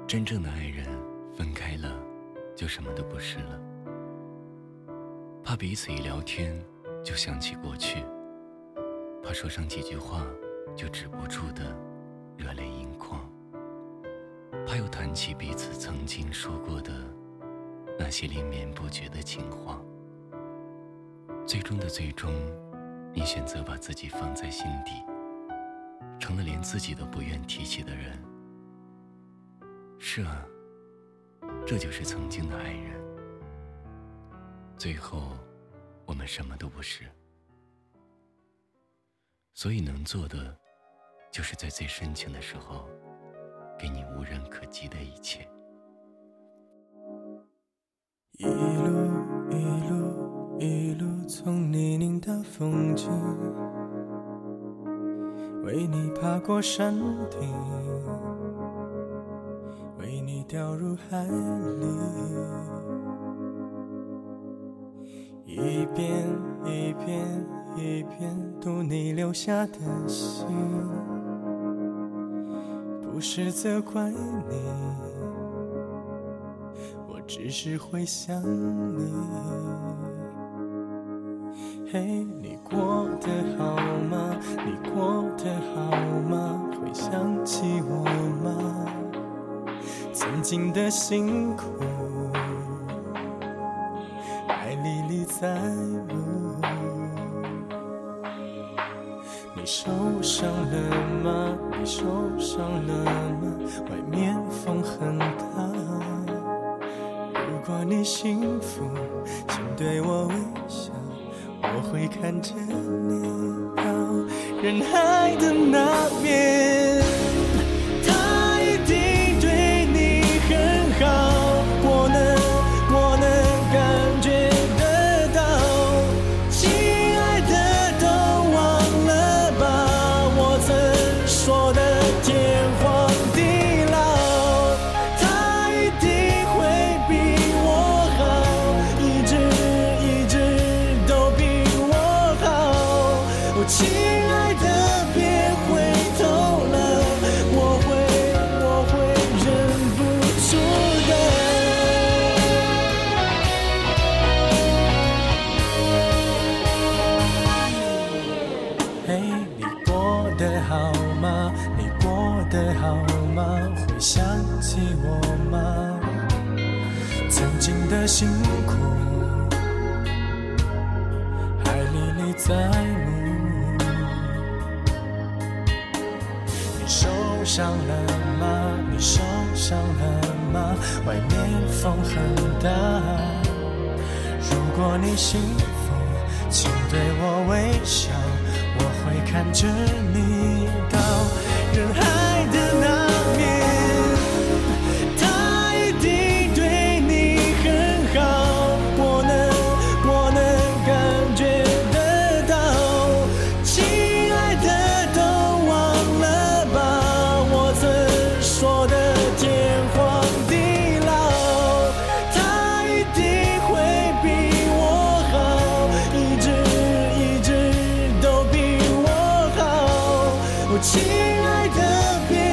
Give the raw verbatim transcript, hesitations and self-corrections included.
真正的爱人分开了就什么都不是了，怕彼此一聊天就想起过去，怕说上几句话就止不住的热泪盈眶，怕又谈起彼此曾经说过的那些连绵不绝的情话。最终的最终，你选择把自己放在心底，成了连自己都不愿提起的人。是啊，这就是曾经的爱人。最后我们什么都不是，所以能做的就是在最深情的时候给你无人可及的一切。 一路一路一路从泥泞到风景，为你爬过山顶，为你掉入海里，一遍一遍一遍读你留下的信，不是责怪你，我只是会想你。嘿，你过得好吗？你过得好吗？会想起我吗？曾经的辛苦还历历在目。你受伤了吗？你受伤了吗？外面风很大。如果你幸福，请对我微笑，我会看着你到人海的那边。他一定对你很好，我能我能感觉得到。亲爱的，都忘了吧，我曾说的天荒地老。他一定会比我好，一直一直都比我好。我亲爱的，别回头了，我会我会忍不住的。嘿，你过得好吗？你过得好吗？会想起我吗？曾经的辛苦还历历在目。你受伤了吗？你受伤了吗？外面风很大。如果你幸福，请对我微笑，我会看着你到人海的那边。他一定对你很好，我能我能感觉得到。亲爱的，都忘了吧，我曾说的天荒地老。他一定会比我好，一直一直都比我好。我亲爱的，别